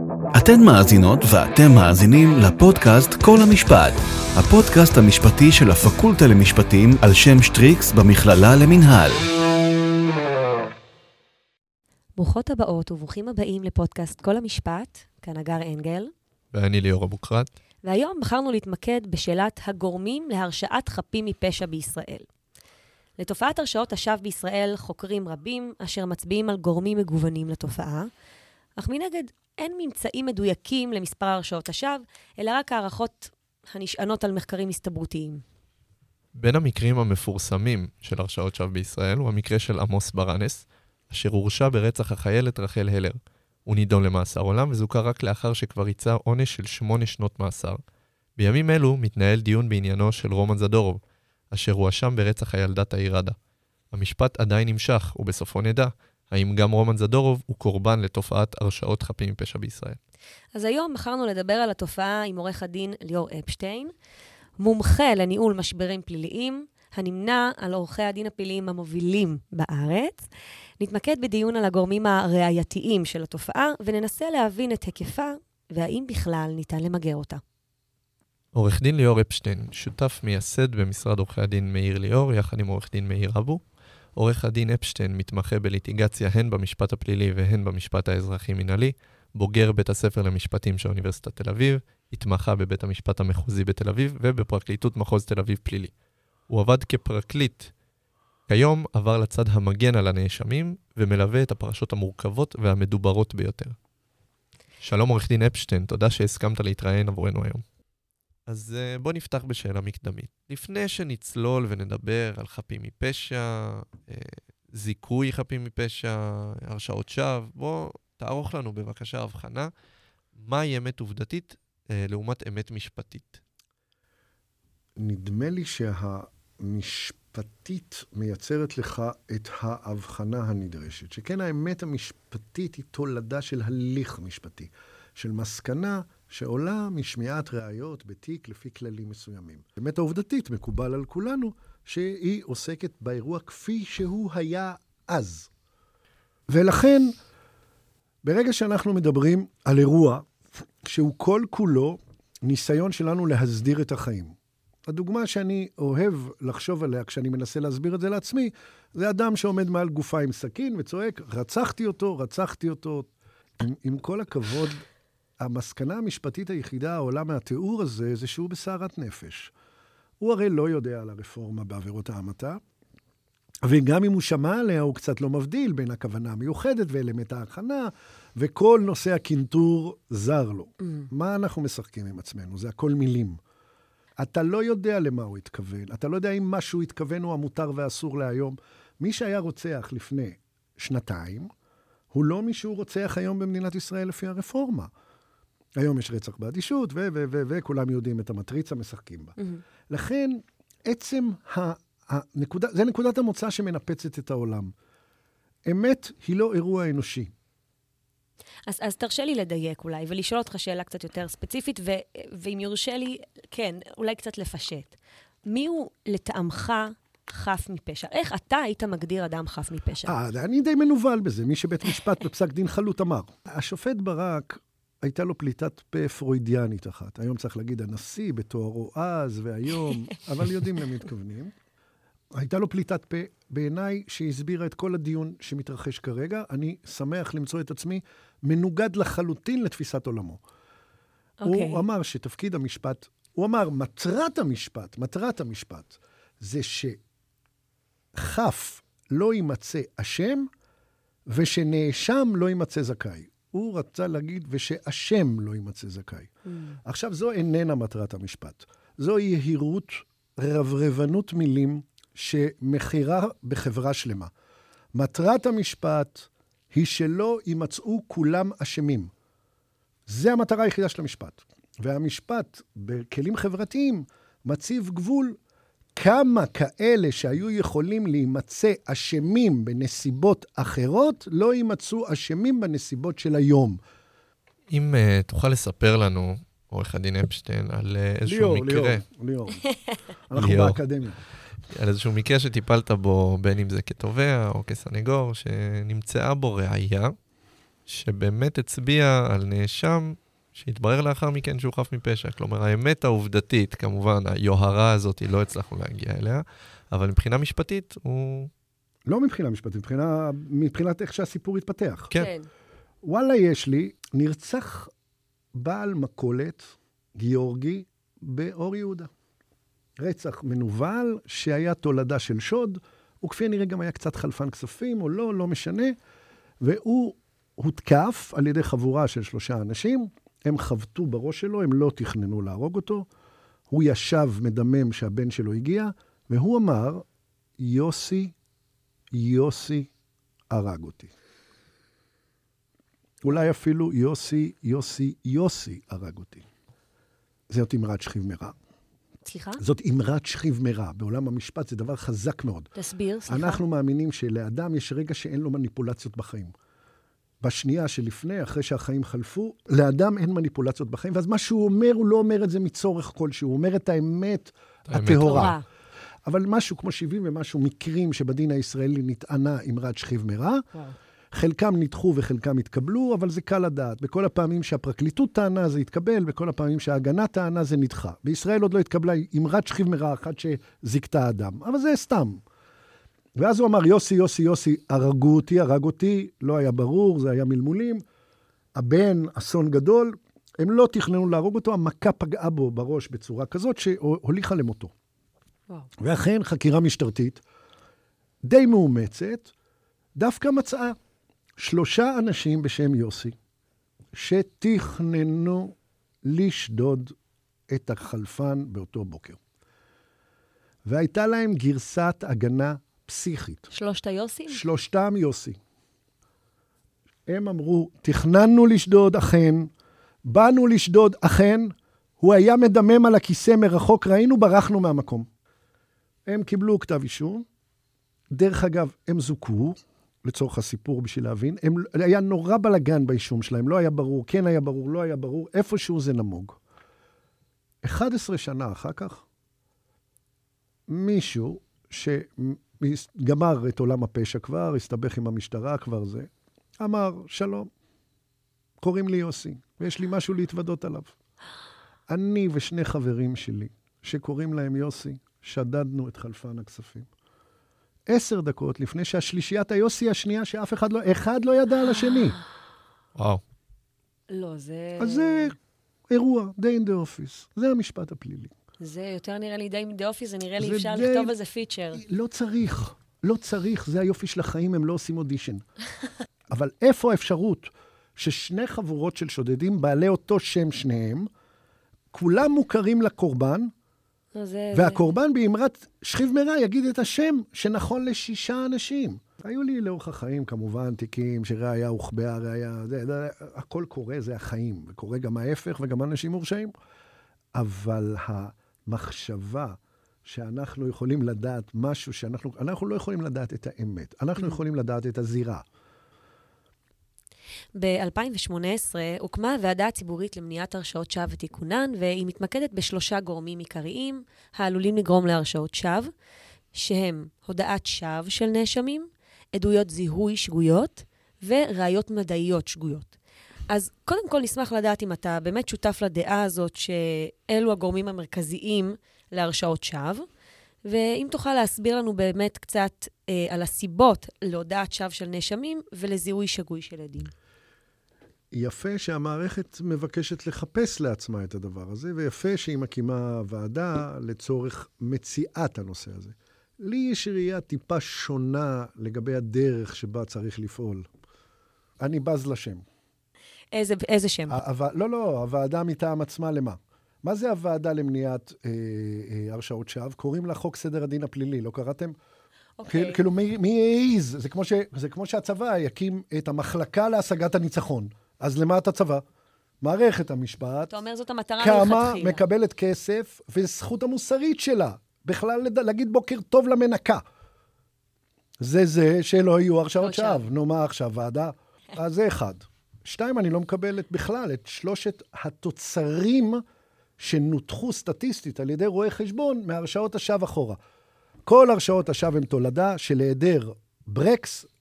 אתן מאזינות ואתם מאזינים לפודקאסט כל המשפט, הפודקאסט המשפטי של הפקולטה למשפטים על שם שטריקס במכללה למנהל. ברוכות הבאות וברוכים הבאים לפודקאסט כל המשפט, כאן אגר אנגל. ואני ליאור אבוקרט. והיום בחרנו להתמקד בשאלת הגורמים להרשעת חפים מפשע בישראל. לתופעת הרשעות השווא בישראל חוקרים רבים אשר מצביעים על גורמים מגוונים לתופעה, אך מנגד אין ממצאים מדויקים למספר הרשעות השווא, אלא רק הערכות הנשענות על מחקרים הסתברותיים. בין המקרים המפורסמים של הרשעות שווא בישראל הוא המקרה של עמוס ברנס, אשר הורשע ברצח החיילת רחל הלר. הוא נידון למאסר עולם וזוכר רק לאחר שכבר ריצה עונש של 8 שנות מאסר. בימים אלו מתנהל דיון בעניינו של רומן זדורוב, אשר הואשם ברצח הילדה תאיר ראדה. המשפט עדיין נמשך, ובסופו נדע האם גם רומן זדורוב הוא קורבן לתופעת הרשעות חפים מפשע בישראל. אז היום בחרנו לדבר על התופעה עם עורך הדין ליאור אפשטיין, מומחה לניהול משברים פליליים, הנמנה על עורכי הדין הפליליים המובילים בארץ. נתמקד בדיון על הגורמים הראייתיים של התופעה, וננסה להבין את היקפה, והאם בכלל ניתן למגר אותה. עורך דין ליאור אפשטיין, שותף מייסד במשרד עורכי הדין מאיר ליאור, יחד עם עורך דין מאיר אבו. עורך הדין אפשטיין מתמחה בליטיגציה הן במשפט הפלילי והן במשפט האזרחי-מנהלי, בוגר בית הספר למשפטים של אוניברסיטת תל אביב, התמחה בבית המשפט המחוזי בתל אביב ובפרקליטות מחוז תל אביב פלילי. הוא עבד כפרקליט. כיום עבר לצד המגן על הנאשמים ומלווה את הפרשות המורכבות והמדוברות ביותר. שלום עורך דין אפשטיין, תודה שהסכמת להתראיין עבורנו היום. אז בוא נפתח בשאלה מקדמית. לפני שנצלול ונדבר על חפים מפשע, זיכוי חפים מפשע, הרשעות שווא, בוא תערוך לנו בבקשה הבחנה, מהי אמת עובדתית לעומת אמת משפטית. נדמה לי שהמשפטית מייצרת לך את ההבחנה הנדרשת, שכן האמת המשפטית היא תולדה של הליך משפטי, של מסקנה שעולה משמיעת ראיות בתיק לפי כללים מסוימים. האמת העובדתית מקובל על כולנו שהיא עוסקת באירוע כפי שהוא היה אז. ולכן, ברגע שאנחנו מדברים על אירוע שהוא כל כולו ניסיון שלנו להסדיר את החיים. הדוגמה שאני אוהב לחשוב עליה כשאני מנסה להסביר את זה לעצמי, זה אדם שעומד מעל גופה עם סכין וצועק, רצחתי אותו. עם כל הכבוד, המסקנה המשפטית היחידה העולה מהתיאור הזה, זה שהוא בסערת נפש. הוא הרי לא יודע על הרפורמה בעבירות ההמתה, וגם אם הוא שמע עליה, הוא קצת לא מבדיל בין הכוונה המיוחדת ואלמנט ההכנה, וכל נושא הקינטור זר לו. מה אנחנו משחקים עם עצמנו? זה הכל מילים. אתה לא יודע למה הוא התכוון, אתה לא יודע אם משהו התכוון הוא המותר והאסור להיום. מי שהיה רוצח לפני 2 הוא לא מי שהוא רוצח היום במדינת ישראל לפי הרפורמה. היום יש רצח באדישות, וכולם יודעים את המטריצה, משחקים בה. לכן, עצם זה נקודת המוצא שמנפצת את העולם. אמת היא לא אירוע אנושי. אז תרשה לי לדייק אולי, ולשאול אותך שאלה קצת יותר ספציפית, ואם יורשה לי, כן, אולי קצת לפשט. מי הוא לטעמך חף מפשע? איך אתה היית מגדיר אדם חף מפשע? אני די מנובל בזה, מי שבית משפט בפסק דין חלוט אמר. השופט ברק, הייתה לו פליטת פה פרוידיאנית אחת. היום צריך להגיד הנשיא בתוארו אז והיום, אבל יודעים למי מתכוונים. הייתה לו פליטת פה בעיניי שהסבירה את כל הדיון שמתרחש כרגע. אני שמח למצוא את עצמי מנוגד לחלוטין לתפיסת עולמו. הוא אמר שתפקיד המשפט, הוא אמר מטרת המשפט, זה שחף לא יימצא אשם ושנאשם לא יימצא זכאי. הוא רצה להגיד ושאשם לא יימצא זכאי. עכשיו זו איננה מטרת המשפט. זו יהירות, רברבנות מילים, שמחירה בחברה שלמה. מטרת המשפט היא שלא יימצאו כולם אשמים. זה המטרה היחידה של המשפט. והמשפט בכלים חברתיים מציב גבול כמה כאלה שהיו יכולים להימצא אשמים בנסיבות אחרות, לא יימצאו אשמים בנסיבות של היום. אם תוכל לספר לנו, עורך הדין אפשטיין, על איזשהו מקרה. ליאור. אנחנו באקדמיה. על איזשהו מקרה שטיפלת בו, בין אם זה כתובע או כסנגור, שנמצאה בו ראייה שבאמת הצביע על נאשם שהתברר לאחר מכן שהוא חף מפשע. כלומר, האמת העובדתית, כמובן, היוהרה הזאת לא הצלחנו להגיע אליה, אבל מבחינה משפטית הוא... לא מבחינה משפטית, מבחינת איך שהסיפור התפתח. כן. וואלה, יש לי, נרצח בעל מכולת, גיאורגי, באור יהודה. רצח מנוול, שהיה תולדה של שוד, וכפי נראה גם היה קצת חלפן כספים, או לא, לא משנה, והוא הותקף על ידי חבורה של 3 אנשים, הם חבטו בראש שלו, הם לא תכננו להרוג אותו, הוא ישב מדמם שהבן שלו הגיע, והוא אמר, יוסי הרג אותי. אולי אפילו יוסי הרג אותי. זאת אמרת שכיב מרע. סליחה? זאת אמרת שכיב מרע. בעולם המשפט זה דבר חזק מאוד. תסביר, סליחה. אנחנו מאמינים שלאדם יש רגע שאין לו מניפולציות בחיים. בשנייה שלפני, אחרי שהחיים חלפו, לאדם אין מניפולציות בחיים, ואז מה שהוא אומר, הוא לא אומר את זה מצורך כלשהו, הוא אומר את האמת הטהורה. אבל משהו כמו 70 ומשהו מקרים שבדין הישראלי נטענה אמרת שכיב מרע, חלקם נדחו וחלקם התקבלו, אבל זה קל לדעת. בכל הפעמים שהפרקליטות טענה זה התקבל, בכל הפעמים שההגנה טענה זה נדחה. בישראל עוד לא התקבלה אמרת שכיב מרע אחת שזיקתה אדם, אבל זה סתם. ואז הוא אמר, יוסי, הרג אותי, לא היה ברור, זה היה מלמולים. הבן, אסון גדול, הם לא תכננו להרוג אותו, המכה פגעה בו בראש בצורה כזאת שהוליכה למותו. ואכן, חקירה משטרתית, די מאומצת, דווקא מצאה 3 אנשים בשם יוסי, שתכננו לשדוד את החלפן באותו בוקר. והייתה להם גרסת הגנה פסיכית. 3 היוסים? 3 יוסי. הם אמרו, תכננו לשדוד אכן, באנו לשדוד אכן, הוא היה מדמם על הכיסא מרחוק, ראינו, ברחנו מהמקום. הם קיבלו כתב אישום, דרך אגב, הם זוכו, לצורך הסיפור בשביל להבין, היה נורא בלגן באישום שלהם, לא היה ברור, כן היה ברור, לא היה ברור, איפשהו זה נמוג. 11 שנה אחר כך, מישהו שגמר את עולם הפשע כבר, הסתבך עם המשטרה כבר זה, אמר, שלום, קוראים לי יוסי, ויש לי משהו להתוודות עליו. אני ו2 חברים שלי, שקוראים להם יוסי, שדדנו את חלפן הכספים. 10 דקות לפני שהשלישיית היוסי השנייה, שאף אחד לא ידע על השני. וואו. לא, זה... אז זה אירוע, די in the office. זה המשפט הפלילי. זה יותר נראה לי די in the office, זה נראה לי אפשר לכתוב על זה פיצ'ר. לא צריך, זה היופי של החיים, הם לא עושים אודישן. אבל איפה האפשרות ש2 חבורות של שודדים, בעלי אותו שם שניהם, כולם מוכרים לקורבן, והקורבן באמרת שכיב מרע יגיד את השם שנכון ל6 אנשים. היו לי לאורך החיים כמובן תיקים שראיה הוחבאה, ראיה, הכל קורה, זה החיים, וקורה גם ההפך וגם אנשים מורשעים. אבל המחשבה שאנחנו יכולים לדעת משהו אנחנו לא יכולים לדעת את האמת, אנחנו יכולים לדעת את הזירה. ב-2018 הוקמה הוועדה הציבורית למניעת הרשעות שווא ותיקונן, והיא מתמקדת ב3 גורמים עיקריים העלולים לגרום להרשעות שווא, שהם הודעת שווא של נאשמים, עדויות זיהוי שגויות וראיות מדעיות שגויות. אז קודם כל נשמח לדעת אם אתה באמת שותף לדעה הזאת שאלו הגורמים המרכזיים להרשעות שווא, ואם תוכל להסביר לנו באמת קצת על הסיבות להודעת שווא של נאשמים ולזיהוי שגוי של עדים. יפה שהמערכת מבקשת לחפש לעצמה את הדבר הזה, ויפה שהיא מקימה ועדה לצורך מציאת הנושא הזה. לי יש ראייה טיפה שונה לגבי הדרך שבה צריך לפעול. אני בז לשם. איזה שם? לא, הוועדה מטעם עצמה למה? מה זה הוועדה למניעת הרשעות שווא? קוראים לה חוק סדר הדין הפלילי, לא קראתם? אוקיי. כאילו מי העיז? זה כמו שהצבא יקים את המחלקה להשגת הניצחון. אז למה את הצבא? מערכת המשפט. אתה אומר זאת המטרה מלכתחילה. כמה מקבלת כסף וזכות המוסרית שלה. בכלל להגיד בוקר טוב למנקה. זה שלא יהיו הרשעות שווא. נו, מה עכשיו, ועדה? אז זה 1. 2, אני לא מקבלת בכלל את 3 התוצרים שנותחו סטטיסטית על ידי רואי חשבון מהרשעות השווא אחורה. כל הרשעות השווא הם תולדה של היעדר ברקס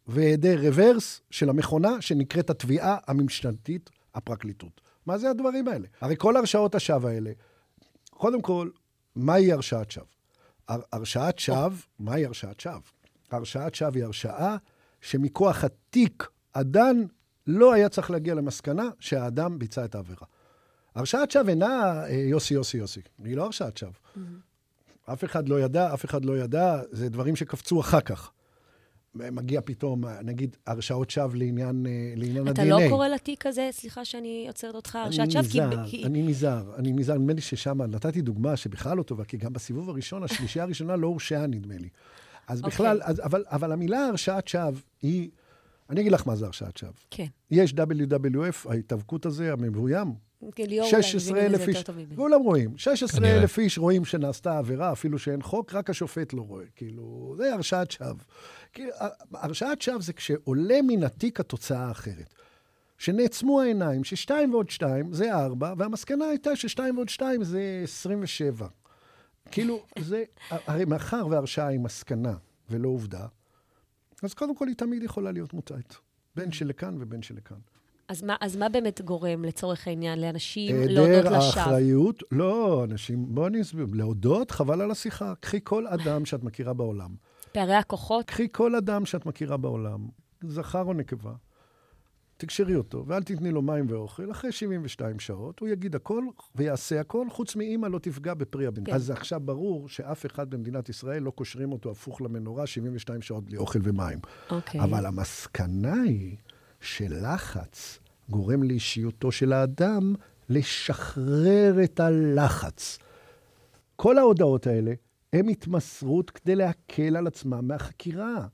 והיעדר רוורס של המכונה שנקראת התביעה הממשלתית הפרקליטות. מה זה הדברים האלה? הרי כל הרשעות השווא האלה, קודם כל, מהי הרשעת שווא? הרשעת שווא, מהי הרשעת שווא? הרשעת שווא היא הרשעה שמכוח התיק הדן לא היה צריך להגיע למסקנה שהאדם ביצע את העבירה. הרשעת שווא אינה יוסי. היא לא הרשעת שווא. אף אחד לא ידע, זה דברים שקפצו אחר כך. מגיע פתאום, נגיד, הרשעות שווא לעניין ה-DNA. אתה לא קורא לתיק הזה, סליחה שאני עוצרת אותך, הרשעת שווא, אני נזהר, נדמה לי ששם נתתי דוגמה שבכלל לא טובה, כי גם בסיבוב הראשון, השלישייה הראשונה לא הורשעה, נדמה לי. אז בכלל, אבל המילה הרשעת שווא היא, אני אגיד לך מה זה הרשעת שווא. כן. יש WWF, ההתאבקות הזה, המבוים. 16,000 איש. כולם רואים. 16,000 איש רואים שנעשתה עבירה, אפילו שאין חוק, רק השופט לא רואה. כאילו, זה הרשעת שווא. הרשעת שווא זה כשעולה מן התיק התוצאה האחרת. שנעצמו העיניים, ש2 ועוד 2 זה 4, והמסקנה הייתה ש2 ועוד 2 זה 27. כאילו, זה, הרי מאחר והרשעה היא מסקנה ולא עובדה, אז קודם כל היא תמיד יכולה להיות מוטעית. בין שלכאן ובין שלכאן. אז מה באמת גורם לצורך העניין לאנשים להודות לשווא? האחריות, לא, אנשים, בואו נסביר, להודות חבל על השיחה. קחי כל אדם שאת מכירה בעולם. פערי הכוחות? קחי כל אדם שאת מכירה בעולם, זכר או נקבה, תקשרי אותו, ואל תתני לו מים ואוכל, אחרי 72 שעות, הוא יגיד הכל ויעשה הכל, חוץ מאמא לא תפגע בפרי הבן. כן. אז עכשיו ברור שאף אחד במדינת ישראל לא קושרים אותו הפוך למנורה 72 שעות בלי אוכל ומים. אוקיי. אבל המסקנה היא שלחץ גורם לאישיותו של האדם לשחרר את הלחץ. כל ההודעות האלה הן התמסרות כדי להקל על עצמם מהחקירה.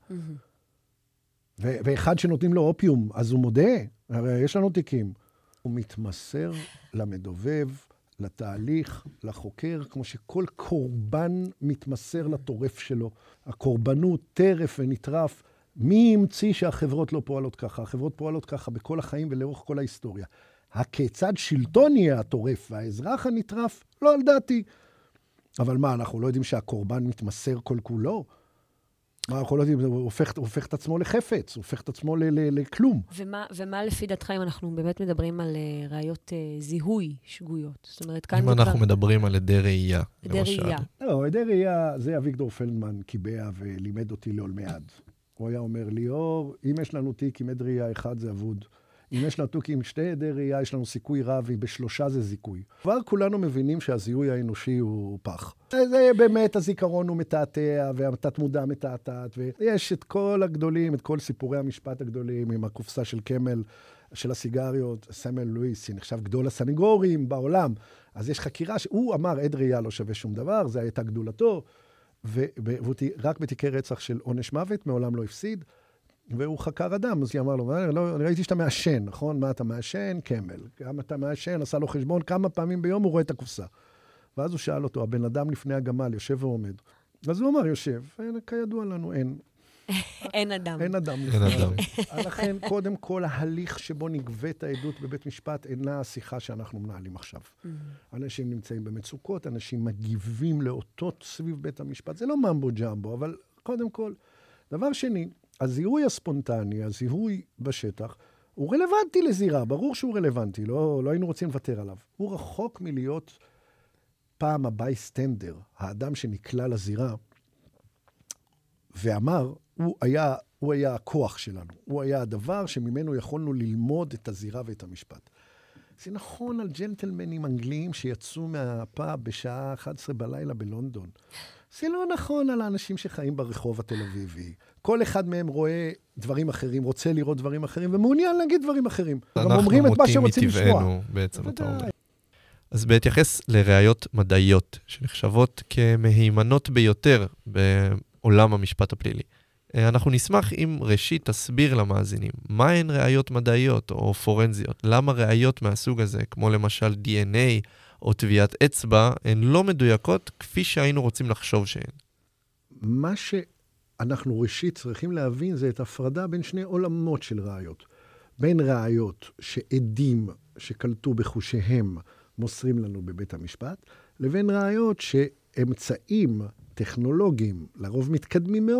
ואחד שנותנים לו אופיום, אז הוא מודה, הרי יש לנו תיקים. הוא מתמסר למדובב, לתהליך, לחוקר, כמו שכל קורבן מתמסר לטורף שלו. הקורבנות טרף ונטרף. מי המציא שהחברות לא פועלות ככה? החברות פועלות ככה בכל החיים ולאורך כל ההיסטוריה. הכיצד שלטון יהיה הטורף והאזרח הנטרף? לא על דעתי. אבל מה, אנחנו לא יודעים שהקורבן מתמסר כל כולו? מה, אנחנו לא יודעים, הוא הופך את עצמו לחפץ, הוא הופך את עצמו לכלום. ומה לפי דעתך אם אנחנו באמת מדברים על ראיות זיהוי שגויות? זאת אומרת, כאן אם אנחנו מדברים על עדי ראייה, למשל. לא, עדי ראייה, זה אביגדור פלדמן קיבע ולימד אותי לעולמי עד. הוא היה אומר, ליאור, אם יש לנו תיק עם עד ראייה אחד זה אבוד. אם יש לנו תיק עם 2 עדי ראייה, יש לנו סיכוי רב, ב3 זה זיכוי. כבר כולנו מבינים שהזיהוי האנושי הוא פח. זה באמת, הזיכרון הוא מתעתע, והתת מודע מתעתעת, ויש את כל הגדולים, את כל סיפורי המשפט הגדולים, עם הקופסה של קמל, של הסיגריות, סמואל לואיס, נחשב גדול הסניגורים בעולם. אז יש חקירה שהוא אמר, עד ראייה לא שווה שום דבר, זה הייתה גדולתו, והוא רק בתיקי רצח של עונש מוות, מעולם לא הפסיד, והוא חקר אדם, אז היא אמר לו, אני ראיתי שאתה מעשן, נכון? מה אתה מעשן? קמל. גם אתה מעשן, עשה לו חשבון, כמה פעמים ביום הוא רואה את הקופסה. ואז הוא שאל אותו, הבן אדם לפני הגמל, יושב ועומד. אז הוא אמר, יושב, כידוע לנו, אין. אין אדם. אין אדם לפני הגמל. לכן, קודם כל, ההליך שבו נגבית העדות בבית משפט, אינה השיחה שאנחנו מנהלים עכשיו. אנשים נמצאים במצוקות, אנשים מגיבים לאותות סביב בית המשפט. זה לא ממבו ג'מבו, אבל קודם כל, דבר שני, הזיהוי הספונטני, הזיהוי בשטח, הוא רלוונטי לזירה, ברור שהוא רלוונטי, לא היינו רוצים לוותר עליו. הוא רחוק מלהיות פעם הבייסטנדר, האדם שנקלע לזירה, ואמר, הוא היה הכוח שלנו, הוא היה הדבר שממנו יכולנו ללמוד את הזירה ואת המשפט. זה נכון על ג'נטלמנים אנגליים שיצאו מהפאב בשעה 11 בלילה בלונדון. זה לא נכון על האנשים שחיים ברחוב התל אביבי. כל אחד מהם רואה דברים אחרים, רוצה לראות דברים אחרים, ומעוניין להגיד דברים אחרים. אנחנו מוטים מטבענו בעצם, אתה אומר. אז בהתייחס לראיות מדעיות, שנחשבות כמהימנות ביותר בעולם המשפט הפלילי, אנחנו נשמח אם ראשית תסביר למאזינים, מה הן ראיות מדעיות או פורנזיות? למה ראיות מהסוג הזה, כמו למשל DNA או טביעת אצבע, הן לא מדויקות כפי שהיינו רוצים לחשוב שהן? מה שאנחנו ראשית צריכים להבין זה את הפרדה בין שני עולמות של ראיות. בין ראיות שעדים שקלטו בחושיהם מוסרים לנו בבית המשפט, לבין ראיות שאמצעים טכנולוגיים, לרוב מתקדמים מאוד,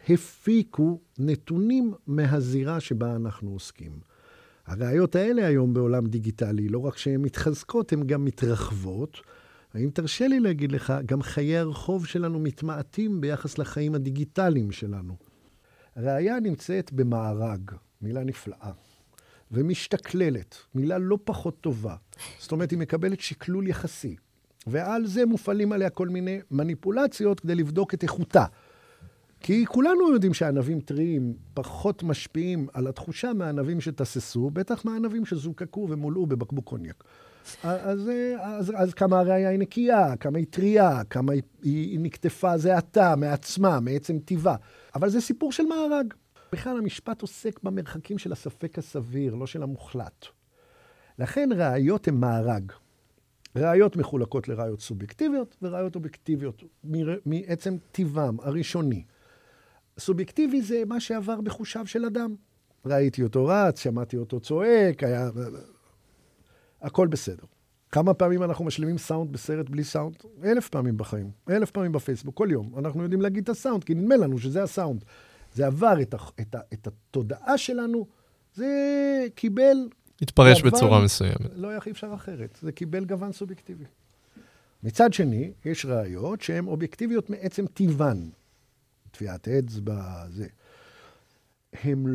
הפיקו נתונים מהזירה שבה אנחנו עוסקים. הראיות האלה היום בעולם דיגיטלי, לא רק שהן מתחזקות, הן גם מתרחבות. האם תרשה לי להגיד לך, גם חיי הרחוב שלנו מתמעטים ביחס לחיים הדיגיטליים שלנו. הראיה נמצאת במארג, מילה נפלאה, ומשתכללת, מילה לא פחות טובה. זאת אומרת, היא מקבלת שקלול יחסי, ועל זה מופעלים עליה כל מיני מניפולציות כדי לבדוק את איכותה. כי כולנו יודעים שהענבים טריים פחות משפיעים על התחושה מהענבים שתססו, בטח מהענבים שזוקקו ומולאו בבקבוק קוניאק. אז כמה הראיה היא נקייה, כמה היא טריה, כמה היא נקטפה זה עתה, מעצמה, מעצם טבעה. אבל זה סיפור של מארג. בכלל המשפט עוסק במרחקים של הספק הסביר, לא של המוחלט. לכן ראיות הן מארג. ראיות מחולקות לראיות סובייקטיביות וראיות אובייקטיביות, מעצם טבעם הראשוני. סובייקטיבי זה מה שעבר בחושיו של אדם. ראיתי אותו רץ, שמעתי אותו צועק, היה... הכל בסדר. כמה פעמים אנחנו משלימים סאונד בסרט בלי סאונד? 1000 פעמים בחיים, 1000 פעמים בפייסבוק, כל יום. אנחנו יודעים להגיד את הסאונד, כי נדמה לנו שזה הסאונד. זה עבר את התודעה שלנו, זה קיבל... התפרש בצורה מסוימת. לא היה אפשר אחרת, זה קיבל גוון סובייקטיבי. מצד שני, יש ראיות שהן אובייקטיביות מעצם טבען. טביעת אצבע, זה. הם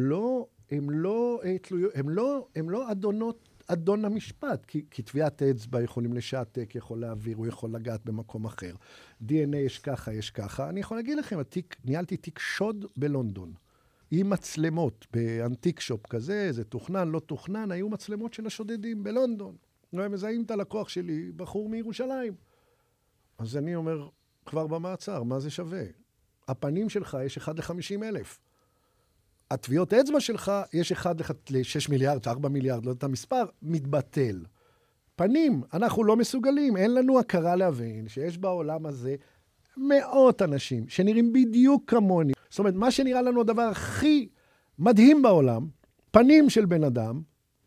לא אדון המשפט, כי טביעת אצבע יכולים לשעתק, יכול להעביר, הוא יכול לגעת במקום אחר. DNA יש ככה, יש ככה. אני יכול להגיד לכם, ניהלתי תיק שוד בלונדון. עם מצלמות, באנטיק שופ כזה, זה תוכנן, לא תוכנן, היו מצלמות של השודדים בלונדון. הם מזהים את הלקוח שלי, בחור מירושלים. אז אני אומר, כבר במעצר, מה זה שווה? הפנים שלך יש 1 ל-50,000. הטביעות אצבע שלך יש 1 ל-6 מיליארד, 4 מיליארד, לא יודעת המספר, מתבטל. פנים, אנחנו לא מסוגלים, אין לנו הכרה להבין שיש בעולם הזה מאות אנשים שנראים בדיוק כמוני. זאת אומרת, מה שנראה לנו הדבר הכי מדהים בעולם, פנים של בן אדם,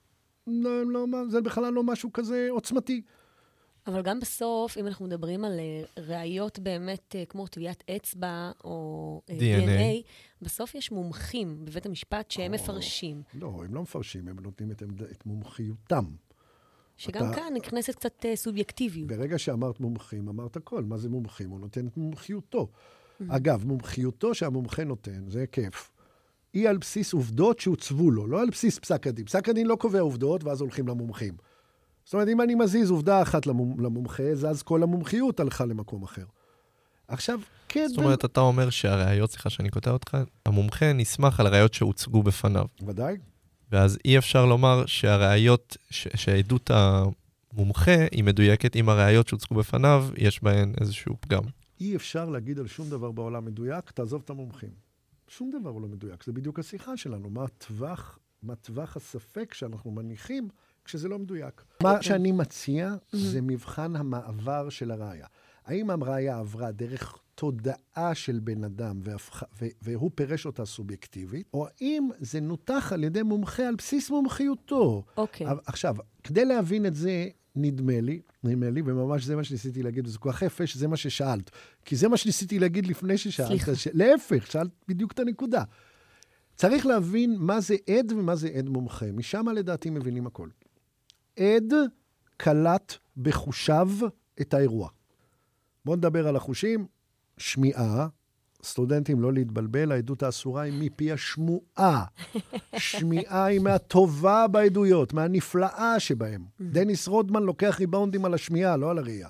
זה בכלל לא משהו כזה עוצמתי. אבל גם בסוף, אם אנחנו מדברים על ראיות באמת כמו טביעת אצבע או DNA, בסוף יש מומחים בבית המשפט שהם מפרשים. לא, הם לא מפרשים, הם נותנים את מומחיותם. שגם כאן נכנסת קצת סובייקטיביות. ברגע שאמרת מומחים, אמרת הכל. מה זה מומחים? הוא נותן את מומחיותו. אגב, מומחיותו שהמומחה נותן, זה כיף. היא על בסיס עובדות שהוצבו לו, לא על בסיס פסק הדין. פסק הדין לא קובע עובדות, ואז הולכים למומחים. זאת אומרת, אם אני מזיז עובדה אחת למומחה, אז כל המומחיות הלכה למקום אחר. עכשיו, כן... זאת אומרת, אתה אומר שהראיות, סליחה שאני קוטע אותך, המומחה נסמך על הראיות שהוצגו בפניו. ודאי. ואז אי אפשר לומר שהראיות, שהעדות המומחה היא מדויקת, אם הראיות שהוצגו בפניו, יש בהן איזשהו פגם. אי אפשר להגיד על שום דבר בעולם מדויק, תעזוב את המומחים. שום דבר הוא לא מדויק. זה בדיוק השיחה שלנו. מה טווח הספק שאנחנו מניחים כשזה לא מדויק. מה שאני מציע זה מבחן המעבר של הראיה. האם הראיה עברה דרך תודעה של בן אדם והוא פירש אותה סובייקטיבית, או האם זה נותח על ידי מומחה על בסיס מומחיותו. אוקיי. עכשיו, כדי להבין את זה, נדמה לי, וממש זה מה שניסיתי להגיד, וזה כל כך יפה שזה מה ששאלת. כי זה מה שניסיתי להגיד לפני ששאלת. סליחה. להפך, שאלת בדיוק את הנקודה. צריך להבין מה זה עד ומה זה עד מומחה. משם לדעתי מבינים הכל. עד קלט בחושיו את האירוע. בואו נדבר על החושים. שמיעה, סטודנטים לא להתבלבל, העדות האסורה היא מפי השמועה. שמיעה היא מהטובה בעדויות, מהנפלאה שבהם. דניס רודמן לוקח ריבאונדים על השמיעה, לא על הראייה.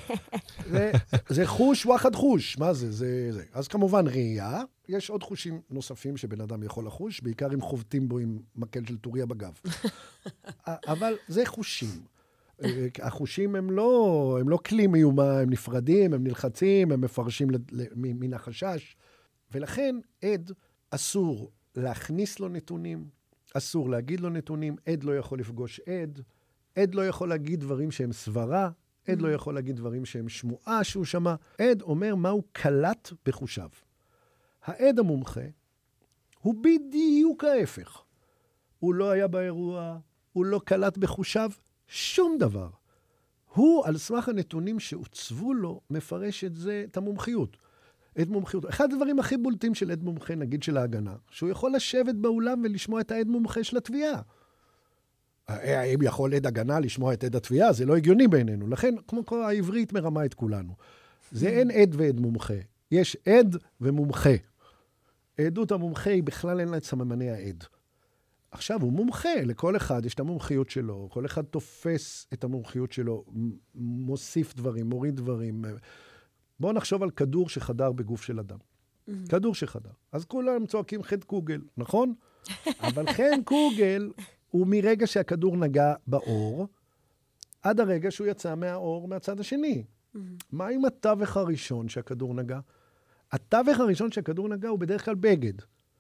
זה חוש וחד חוש. מה זה? זה. אז כמובן ראייה, יש עוד חושים נוספים שבן אדם יכול לחוש, בעיקר אם חובטים בו עם מקל של טוריה בגב. אבל זה חושים. החושים הם לא כלי מיומה, הם נפרדים, הם נלחצים, הם מפרשים מן החשש. ולכן עד אסור להכניס לו נתונים, אסור להגיד לו נתונים, עד לא יכול לפגוש עד, עד לא יכול להגיד דברים שהם סברה, עד לא יכול להגיד דברים שהם שמועה שהוא שמע. עד אומר מה הוא קלט בחושיו. העד המומחה הוא בדיוק ההפך. הוא לא היה באירוע, הוא לא קלט בחושיו שום דבר. הוא, על סמך הנתונים שהוצבו לו, מפרש את זה, את המומחיות. עד מומחיות. אחד הדברים הכי בולטים של עד מומחה, נגיד של ההגנה, שהוא יכול לשבת באולם ולשמוע את העד מומחה של התביעה. האם יכול עד הגנה לשמוע את עד התביעה? זה לא הגיוני בעינינו. לכן, כמו כל העברית מרמה את כולנו. זה אין עד ועד מומחה. יש עד ומומחה. העדות המומחה היא בכלל אין לה את סממני העד. עכשיו, הוא מומחה, לכל אחד יש את המומחיות שלו, כל אחד תופס את המומחיות שלו, מוסיף דברים, מוריד דברים. בואו נחשוב על כדור שחדר בגוף של אדם. כדור שחדר. אז כולם צועקים חן קוגל, נכון? אבל חן קוגל הוא מרגע שהכדור נגע באור, עד הרגע שהוא יצא מהאור מהצד השני. מה עם התווך הראשון שהכדור נגע? התווך הראשון שהכדור נגע הוא בדרך כלל בגד.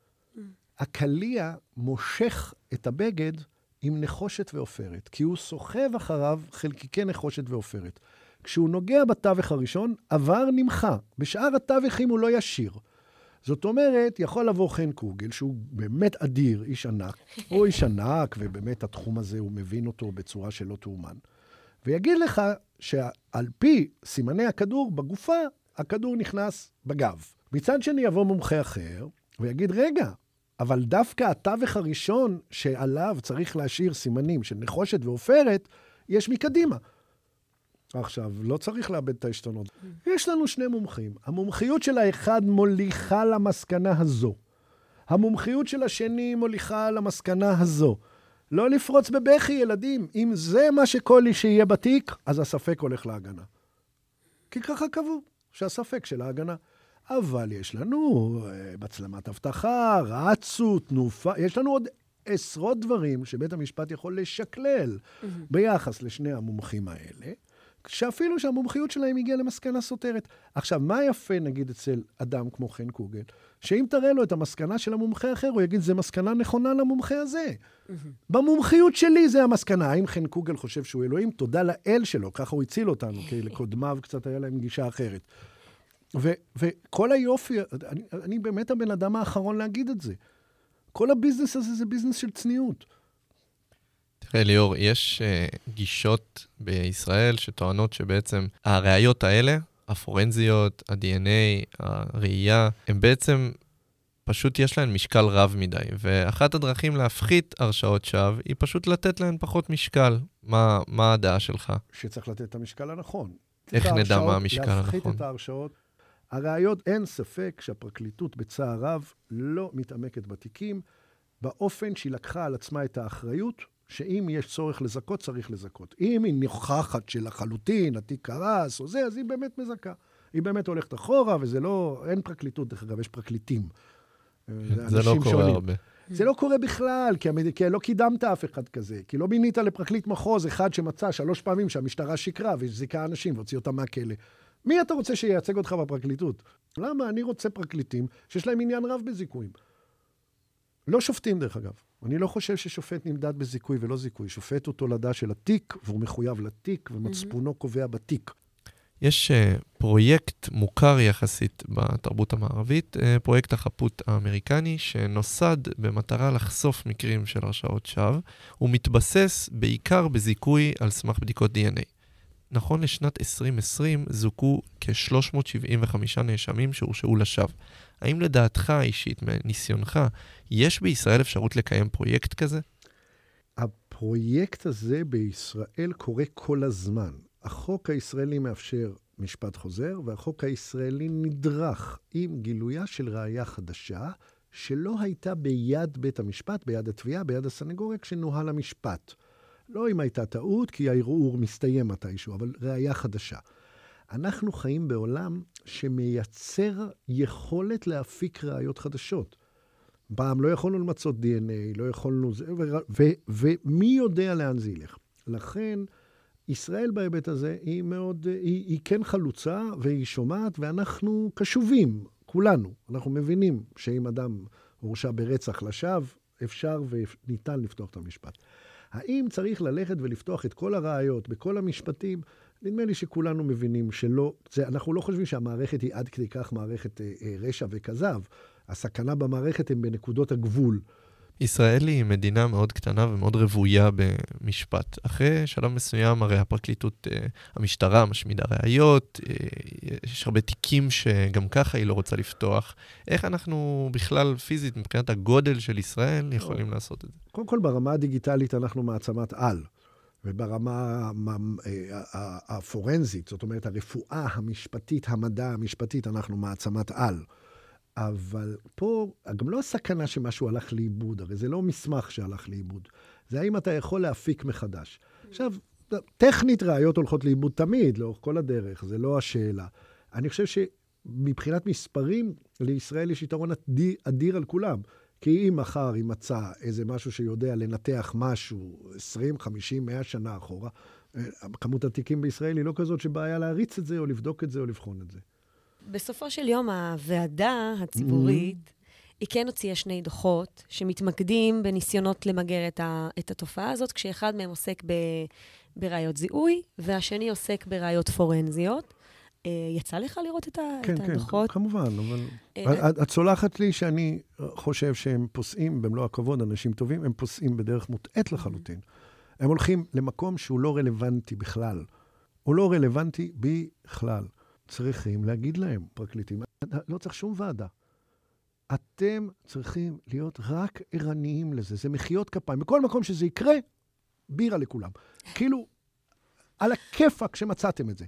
הקליע מושך את הבגד עם נחושת ועופרת, כי הוא סוחב אחריו חלקיקי נחושת ועופרת. כשהוא נוגע בתווך הראשון, עבר נמחה. בשאר התווכים הוא לא ישיר. זאת אומרת, יכול לבוא חן קוגל, שהוא באמת אדיר, איש ענק, או איש ענק, ובאמת התחום הזה הוא מבין אותו בצורה שלא תאומן. ויגיד לך שעל פי סימני הכדור בגופה, הכדור נכנס בגב. מצד שני יבוא מומחה אחר, ויגיד, רגע, אבל דווקא התווך הראשון שעליו צריך להשאיר סימנים של נחושת ועופרת, יש מקדימה. עכשיו, לא צריך לאבד את ההשתנות. יש לנו שני מומחים. המומחיות של האחד מוליכה למסקנה הזו. המומחיות של השני מוליכה למסקנה הזו. לא לפרוץ בבכי, ילדים. אם זה מה שכל לי שיהיה בתיק, אז הספק הולך להגנה. כי ככה קבעו, שהספק של ההגנה. אבל יש לנו מצלמת הבטחה, רצו, תנופה, יש לנו עוד עשרות דברים שבית המשפט יכול לשקלל ביחס לשני המומחים האלה, שאפילו שהמומחיות שלהם הגיעה למסקנה סותרת. עכשיו, מה יפה, נגיד, אצל אדם כמו חן קוגל? שאם תראה לו את המסקנה של המומחה האחר, הוא יגיד, זה מסקנה נכונה למומחה הזה. במומחיות שלי זה המסקנה. האם חן קוגל חושב שהוא אלוהים? תודה לאל שלו, ככה הוא הציל אותנו, כי לקודמיו קצת היה להם גישה אחרת. וכל היופי, אני באמת הבן אדם האחרון להגיד את זה. כל הביזנס הזה זה ביזנס של צניעות. תראה, ליאור, יש גישות בישראל שטוענות שבעצם הראיות האלה, הפורנזיות, ה-DNA, הראייה, הם בעצם פשוט יש להן משקל רב מדי. ואחת הדרכים להפחית הרשעות שווא היא פשוט לתת להן פחות משקל. מה הדעה שלך? שצריך לתת את המשקל הנכון. איך נדע מה המשקל הנכון? להפחית את ההרשעות. הראיות, אין ספק שהפרקליטות בצער רב לא מתעמקת בתיקים, באופן שהיא לקחה על עצמה את האחריות, שאם יש צורך לזכות, צריך לזכות. אם היא נוכחת שלחלוטין, התיק קרס או זה, אז היא באמת מזכה. היא באמת הולכת אחורה, וזה לא, אין פרקליטות, דרך אגב, יש פרקליטים. זה לא קורה הרבה. זה לא קורה בכלל, כי לא קידמת אף אחד כזה, כי לא מינית לפרקליט מחוז אחד שמצא 3 פעמים שהמשטרה שקרה, וזיקה אנשים והוציא אותם מהכלא. מי אתה רוצה שייצג אותך בפרקליטות? למה? אני רוצה פרקליטים שיש להם עניין רב בזיכויים. לא שופטים, דרך אגב. אני לא חושב ששופט נמדד בזיכוי ולא זיכוי. שופט הוא תולדה של התיק, והוא מחויב לתיק, ומצפונו קובע בתיק. יש פרויקט מוכר יחסית בתרבות המערבית, פרויקט החפות האמריקני, שנוסד במטרה לחשוף מקרים של הרשעות שווא, הוא מתבסס בעיקר בזיכוי על סמך בדיקות DNA. נכון לשנת 2020 זוכו כ-375 נאשמים שהורשעו לשווא. האם לדעתך האישית, מניסיונך, יש בישראל אפשרות לקיים פרויקט כזה? הפרויקט הזה בישראל קורה כל הזמן. החוק הישראלי מאפשר משפט חוזר, והחוק הישראלי נדרך עם גילויה של ראיה חדשה, שלא הייתה ביד בית המשפט, ביד התביעה, ביד הסנגוריה, כשנוהל המשפט. לא אם הייתה טעות, כי הערעור מסתיים מתישהו, אבל ראיה חדשה. אנחנו חיים בעולם שמייצר יכולת להפיק ראיות חדשות. פעם לא יכולנו למצות DNA, לא יכולנו... ומי יודע לאן זה ילך? לכן, ישראל בהיבט הזה היא מאוד... היא כן חלוצה והיא שומעת, ואנחנו קשובים, כולנו. אנחנו מבינים שאם אדם הורשע ברצח לשווא, אפשר וניתן לפתוח את המשפט. האם צריך ללכת ולפתוח את כל הראיות בכל המשפטים? נדמה לי שכולנו מבינים שלא, אנחנו לא חושבים שהמערכת היא עד כדי כך מערכת רשע וכזב. הסכנה במערכת הם בנקודות הגבול. ישראל היא מדינה מאוד קטנה ומאוד רבויה במשפט. אחרי שלב מסוים, הרי הפרקליטות, המשטרה משמידה ראיות, יש הרבה תיקים שגם ככה היא לא רוצה לפתוח. איך אנחנו בכלל פיזית, מבחינת הגודל של ישראל, יכולים לעשות את זה? קודם כל, ברמה הדיגיטלית אנחנו מעצמת על, וברמה הפורנזית, זאת אומרת, הרפואה המשפטית, המדע המשפטית, אנחנו מעצמת על. אבל פה, גם לא הסכנה שמשהו הלך לאיבוד, הרי זה לא מסמך שהלך לאיבוד. זה האם אתה יכול להפיק מחדש. עכשיו, טכנית ראיות הולכות לאיבוד תמיד, לאורך כל הדרך, זה לא השאלה. אני חושב שמבחינת מספרים, לישראל יש יתרון אדיר על כולם. כי אם מחר יימצא איזה משהו שיודע לנתח משהו 20, 50, 100 שנה אחורה, כמות התיקים בישראל היא לא כזאת שבעיה להריץ את זה, או לבדוק את זה, או לבחון את זה. בסופו של יום, הוועדה הציבורית, היא כן הוציאה 2 דוחות שמתמקדים בניסיונות למגר את התופעה הזאת, כשאחד מהם עוסק בראיות זיהוי, והשני עוסק בראיות פורנזיות. יצא לך לראות את הדוחות? כן, כמובן, אבל את סולחת לי שאני חושב שהם פוסעים, במלוא הכבוד, אנשים טובים, הם פוסעים בדרך מוטעת לחלוטין. הם הולכים למקום שהוא לא רלוונטי בכלל. הוא לא רלוונטי בכלל. צריכים להגיד להם, פרקליטים, לא צריך שום ועדה. אתם צריכים להיות רק ערניים לזה. זה מחיאות כפיים. בכל מקום שזה יקרה, בירה לכולם. כאילו, על הכיפק שמצאתם את זה.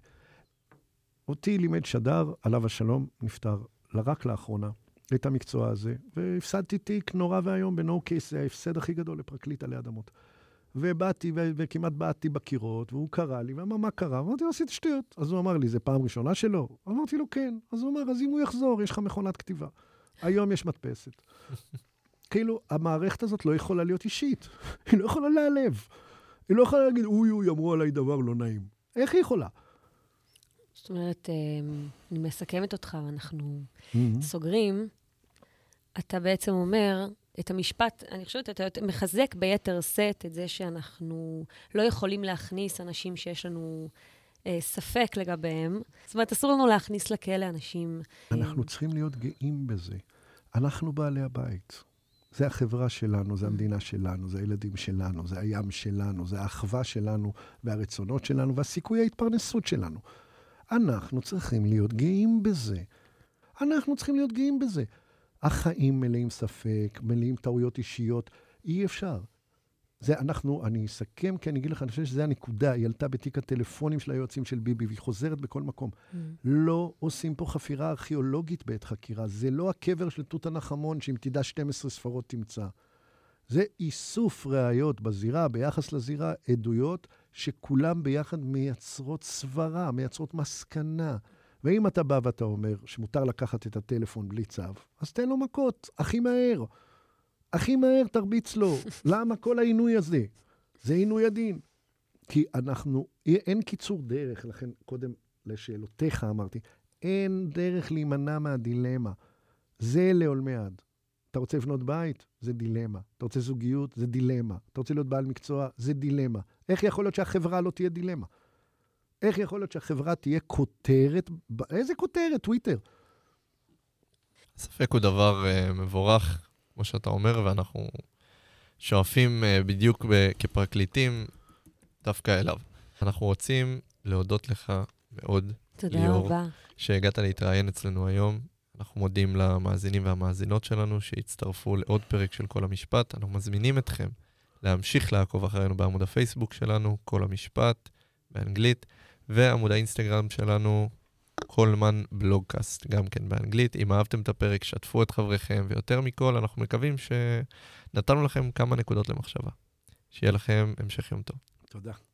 אותי לימד שדר, עליו השלום, נפטר רק לאחרונה, את המקצוע הזה, והפסדתי תיק נורא והיום בנו קייס, זה ההפסד הכי גדול לפרקליט עלי אדמות. ובאתי, וכמעט באתי בקירות, והוא קרא לי, ואמר, מה קרה? אמרתי, עשיתי שטויות. אז הוא אמר לי, זה פעם ראשונה שלו? אמרתי לו, כן. אז הוא אמר, אז אם הוא יחזור, יש לך מכונת כתיבה. היום יש מדפסת. כאילו, המערכת הזאת לא יכולה להיות אישית. היא לא יכולה להיעלב. היא לא יכולה להגיד, אוי, אמרו עליי דבר לא נעים. איך היא יכולה? זאת אומרת, אני מסכמת אותך, אנחנו סוגרים. אתה בעצם אומר, את המשפט, אני חושבת, אתה מחזק ביתר סט את זה שאנחנו לא יכולים להכניס אנשים שיש לנו ספק לגביהם. זאת אומרת, אסור לנו להכניס לכאלה אנשים. אנחנו צריכים להיות גאים בזה. אנחנו בעלי הבית. זה החברה שלנו, זה המדינה שלנו, זה הילדים שלנו, זה הים שלנו, זה האחווה שלנו, והרצונות שלנו, והסיכוי ההתפרנסות שלנו. אנחנו צריכים להיות גאים בזה. אנחנו צריכים להיות גאים בזה. החיים מלאים ספק, מלאים טעויות אישיות, אי אפשר. זה אני אסכם, כי אני אגיד לך, אני חושב שזה הנקודה, היא עלתה בתיק הטלפונים של היועצים של ביבי, והיא חוזרת בכל מקום. לא עושים פה חפירה ארכיאולוגית בעת חקירה, זה לא הקבר של תות הנחמון, שאם תדע 12 ספרות תמצא. זה איסוף ראיות בזירה, ביחס לזירה, עדויות, שכולם ביחד מייצרות סברה, מייצרות מסקנה. ואם אתה בא ואתה אומר שמותר לקחת את הטלפון בלי צו, אז תן לו מכות, הכי מהר. הכי מהר תרביץ לו. למה כל העינוי הזה? זה עינוי הדין. כי אין קיצור דרך, לכן קודם לשאלותיך אמרתי, אין דרך להימנע מהדילמה. זה לעולמי עד. אתה רוצה לבנות בית? זה דילמה. אתה רוצה זוגיות? זה דילמה. אתה רוצה להיות בעל מקצוע? זה דילמה. איך יכול להיות שהחברה לא תהיה דילמה? איך יכול להיות שהחברה תהיה כותרת? איזה כותרת? טוויטר. הספק הוא דבר מבורך, כמו שאתה אומר, ואנחנו שואפים בדיוק כפרקליטים דווקא אליו. אנחנו רוצים להודות לך מאוד, ליאור, שהגעת להתראיין אצלנו היום. אנחנו מודים למאזינים והמאזינות שלנו שהצטרפו לעוד פרק של כל המשפט. אנחנו מזמינים אתכם להמשיך לעקוב אחרינו בעמוד הפייסבוק שלנו, כל המשפט, באנגלית, ועמוד האינסטגרם שלנו, קולמן בלוגקאסט, גם כן באנגלית. אם אהבתם את הפרק, שתפו את חבריכם, ויותר מכל, אנחנו מקווים שנתנו לכם כמה נקודות למחשבה. שיהיה לכם המשך יום טוב. תודה.